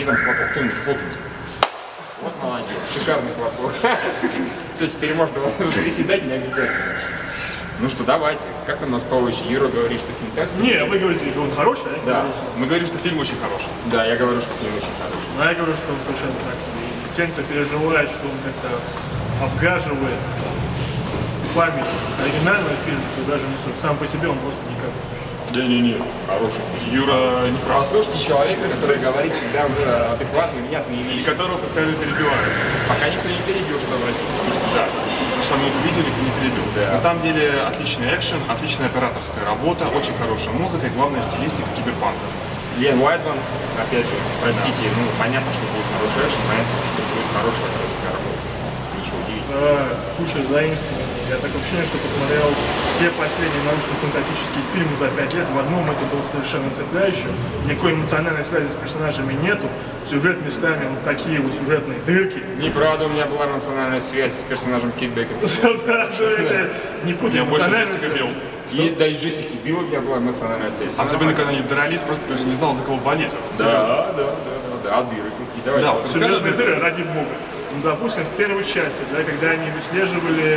Где там хлопок? Кто-нибудь хлопнуть? Вот молодец, шикарный хлопок. Все, теперь можно приседать не обязательно. Ну что, давайте. Как там у нас получше? Юра говорит, что фильм так себе? Не, вы говорите, что он хороший, а я Да. говорю, что... Мы говорим, что фильм очень хороший. Да, я говорю, что фильм очень хороший. А я говорю, что он совершенно так себе. И тем, кто переживает, что он как-то обгаживает память оригинального фильма, то даже не стоит. Сам по себе он просто никак. Не-не-не, хороший фильм. Юра не прав. Послушайте человека, который говорит всегда уже адекватные, внятные И вещи. которого постоянно перебивают. Пока никто не перебил, что обратите. Слушайте, да. Что мы это видели, ты не перебил. Да. На самом деле, отличный экшен, отличная операторская работа, очень хорошая музыка и, главное, стилистика киберпанка. Лен Уайзман, опять же, простите, ну понятно, что будет хороший экшен, понятно, что будет хорошая операторская работа. Ничего удивительного. Куча заимствований. Я так ощущение, что посмотрел все последние научно-фантастические фильмы за 5 лет. В одном это было совершенно цепляюще. Никакой эмоциональной связи с персонажами нету. Сюжет местами вот такие вот сюжетные дырки. Неправда, у меня была эмоциональная связь с персонажем Кейт Бекинсейл. Не путай Я больше эмоциональную Джессика связь. Билл. Да и Джессики Билл у меня была эмоциональная связь. Особенно, когда они дрались, просто даже не знал, за кого болеть. Да, а дыры какие? Давай. Да, вот Сюжетные дыры, ради бога. Ну, допустим, в первой части, да, когда они выслеживали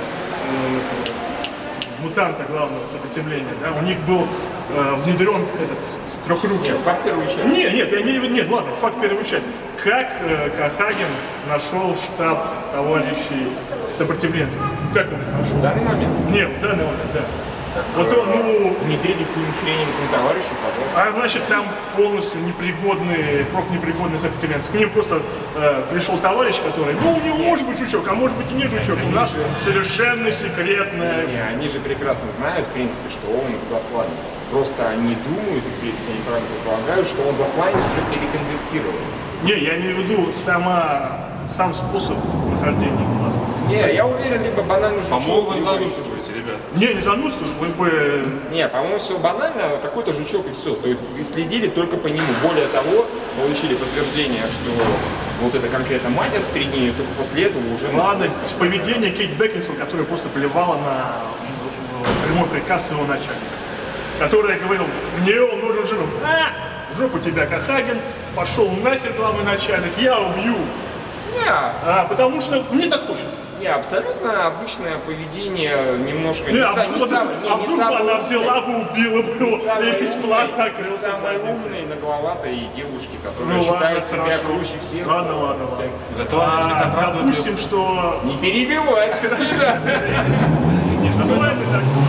мутанта главного сопротивления, да, у них был внедрен этот трехрукий. Нет, факт первую часть. Нет, я имею в виду, нет, ладно, факт первую часть. Как Кахаген нашел штаб товарищей сопротивленцев? Как он их В нашел? данный момент Нет, в данный момент, да. Вот он, ну, внедрили какую-нибудь хрень к товарищу, пожалуйста. а значит, там полностью непригодные, профнепригодные сопротивленцы. К ним просто пришел товарищ, который, ну, у него может быть жучок, а может быть и нет жучок. У нас совершенно секретная... Не, они же прекрасно знают, в принципе, что он засланец. Просто они думают, и, в принципе, они правильно предполагают, что он засланец уже переконвертирован. Не, я имею в виду сам способ нахождения у нас. Не, я уверен, либо банальный жучок, По-моему, вы либо занудствуете, ребят. Не занудствуешь, вы бы... Не, по-моему, все банально, какой-то жучок и все. То есть и следили только по нему. Более того, получили подтверждение, что вот это конкретно Матиас перед ней, только после этого уже... Ладно, поведение Кейт Бекинсейл, которая просто плевала на прямой приказ своего начальника. Которая говорила, мне он нужен живым. Жопу тебя, Кахаген, пошел нахер, главный начальник, я убью. Не, Потому что мне так хочется. не, абсолютно обычное поведение, немножко... Не, не вдруг она взяла бы, убила бы его, и весь план накрылся самой задницей. умной, нагловатой девушки, которая Ну считает ладно, себя хорошо. круче всех. Ладно. Всех. Зато он же не оправдывает Допустим, её. что... Не перебивай, господа. Кто это такой?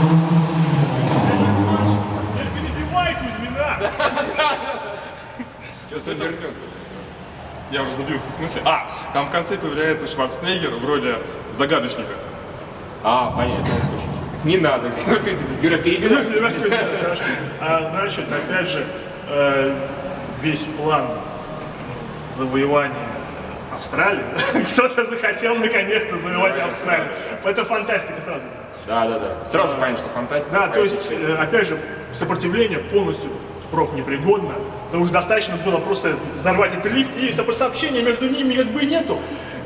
Не перебивай, Кузьмина! Сейчас он вернется. Я уже забился в смысле. Там в конце появляется Шварценеггер в роли загадочника. Понятно. Так не надо. Ты, Юра, перебивай. Значит, опять же, весь план завоевания Австралии, кто-то захотел наконец-то завоевать Австралию. Это фантастика сразу. Да. Сразу понятно, что фантастика. Да, то есть, опять же, сопротивление полностью профнепригодно. Потому что достаточно было просто взорвать этот лифт, и сообщения между ними как бы нету.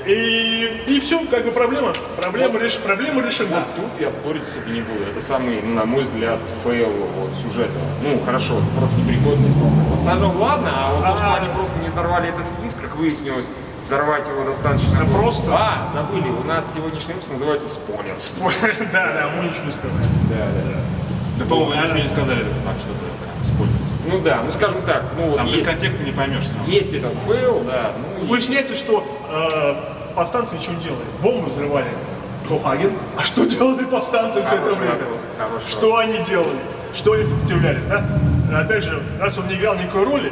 И все, как бы проблема решена. Вот тут я спорить особо не буду. Это самый, на мой взгляд, фейл вот, сюжета. Ну, хорошо, профнепригодность просто. В основном ладно, а вот то, что они просто не взорвали этот лифт, как выяснилось, взорвать его достаточно... Просто. Забыли, у нас сегодняшний выпуск называется спойлер. Да, мы ничего не сказали. Да, по-моему, вы ничего не сказали так, чтобы прям спойлерить. Ну да, ну скажем так, ну вот Там без есть, контекста не поймешь сразу. есть этот фейл, да. Ну, Выясняется, что повстанцы ничего не делали. Бомбы взрывали Кохаген. А что делали повстанцы все это Хороший время? вопрос, хороший Что они делали? Что они сопротивлялись, да? Опять же, раз он не играл никакой роли,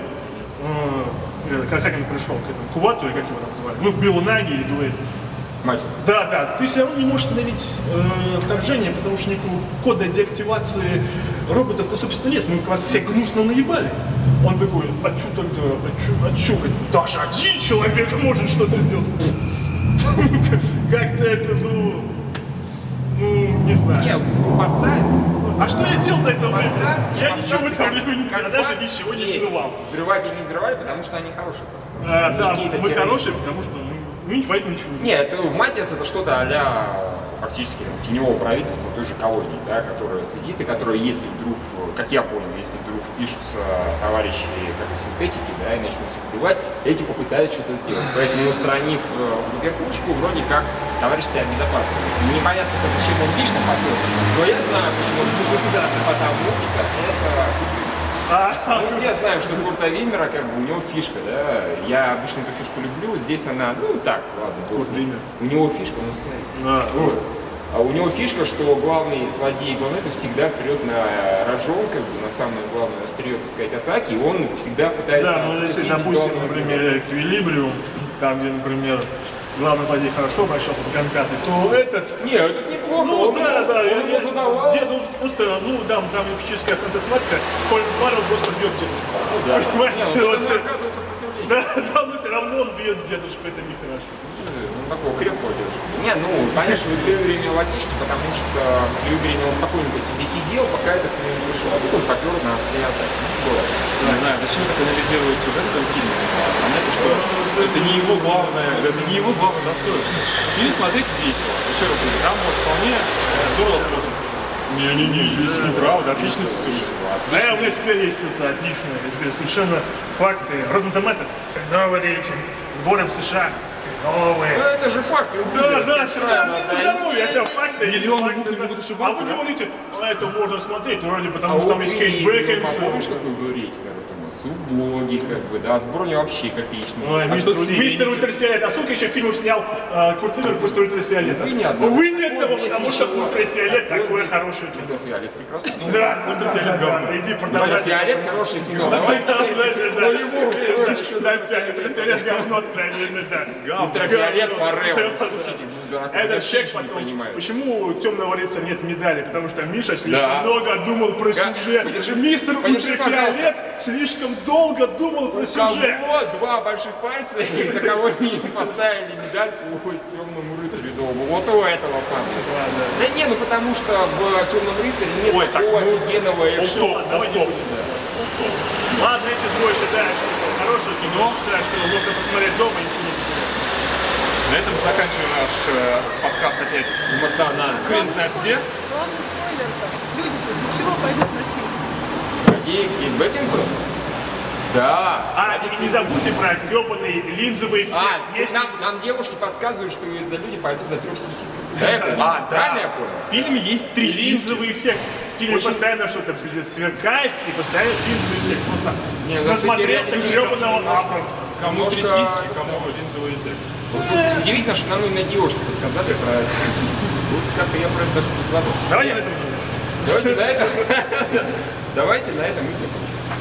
Кохаген пришел к этому Кувату, или как его там называли, ну, Белунаги и говорит, мать. да, ты все равно не можешь остановить вторжение, потому что никакого кода деактивации роботов-то, собственно, нет. Мы вас все гнусно наебали. Он такой, а чё, даже один человек может что-то сделать. Как-то это, ну, не знаю. Нет, повстанцы. А что я делал до этого времени? Повстанцы, Я ничего в это время не делал, я даже факт ничего не есть. взрывал. Взрывать и не взрывали, потому что они хорошие просто. Да, Какие-то мы террористы. хорошие, потому что мы поэтому ничего не Нет, в Матиас это что-то а-ля фактически теневого правительства той же колонии, да, которая следит и которая, если вдруг как я понял, если вдруг впишутся товарищи как бы синтетики, да, и начнут всех убивать, эти попытаются что-то сделать. Поэтому, устранив верхушку, вроде как товарищ себя обезопасивает. Непонятно, зачем он лично попёрся, но я знаю, почему он лично, потому что это... Мы все знаем, что Курта Виммера, как бы, у него фишка, да, я обычно эту фишку люблю, здесь она, ну так, ладно, у него фишка, он сценарист. А у него фишка, что главный злодей Гонета всегда прет на рожон, как бы, на самое главное острие, так сказать, атаки, и он всегда пытается... Да, ну если, допустим, например, Эквилибриум, там, где, например, главный злодей хорошо обращался с Ганкатой, то этот... Не, этот неплохо, Ну он его задавал. Деду просто, ну да, там эпическая в конце схватка, Колин Фаррелл просто бьет дедушку. Да. Понимаете, Не, вот... это оказывает сопротивление. Да, но все равно он бьет дедушку, это нехорошо. Ну, такого крепкого девушка. Не, ну, понятно, что в Клюберине логично, потому что в Клюберине он спокойненько себе сидел, пока этот не пришел. А тут он попер на острие атаки. Не знаю, зачем так анализировать сюжет этого фильма? Понятно, что это не его главное достоинство. Фильм смотреть весело. Еще раз говорю, там вот вполне здорово смотрится. Не-не-не, здесь неправда, отличный сюжет. У меня теперь есть это отличное, теперь совершенно факты. Rotten Tomatoes, новый рейтинг, сборы в США, новые. Ну, это же факты. Да, здоровье, я себя факты. Миллионы букв не будут А ошибаться. вы говорите, это можно смотреть, ну вроде А потому что там есть Кейт Бекинс. Помнишь, какой был рейтинг? Убогий, как бы, да, сбор у него вообще копеечный. Ой, мистер Ультрафиолет. А сколько еще фильмов снял Курт Виммер после Ультрафиолета? Увы, ни одного. Увы, нет того, Здесь потому что ничего. Ультрафиолет такое хорошее кино. Ультрафиолет прекрасно. Да, Ультрафиолет говно. Иди продавай. Ультрафиолет хорошее кино. Давайте Ультрафиолет говно откровенно, да. Ультрафиолет Форевер. Слушайте, Это чек не потом. понимаю. Почему у Темного рыцаря нет медали? Потому что Миша слишком Да. много думал про сюжет. Подержи, Мистер подержи, Ультрафиолет слишком долго думал про сюжет. Кого два больших пальца, и за кого не поставили медальку Темному рыцарю дома. Вот у этого пальца. Да не, ну потому что в Темном рыцаре нет Ой, так, такого ну, офигенного экшена. Давай не будем, да. Ладно, эти двое считают, что хорошее кино, считают, что можно посмотреть дома и ничего не потерять. На этом заканчиваем наш подкаст опять. Эмоционально. Хрен знает где. Главный спойлер-то. Люди-то для чего пойдут на фильм? Какие? Кейт Бекинсон? Да. И не забудьте про гребаный линзовый эффект. Нам девушки подсказывают, что за люди пойдут за 3 сисек. Да, я понял. Да. Правильно я понял? В фильме есть 3 сиськи. Линзовый эффект. В фильме постоянно что-то сверкает и постоянно линзовый эффект. Просто Не, ну, насмотрелся кстати, гребаного Абрамса. Кому 3 Немножко сиськи, это кому линзовый эффект. Вот удивительно, что нам именно девушки подсказали про 3 сиськи. Вот как-то я про это даже не забыл. Давай я на этом. Давайте на этом мысли кончим.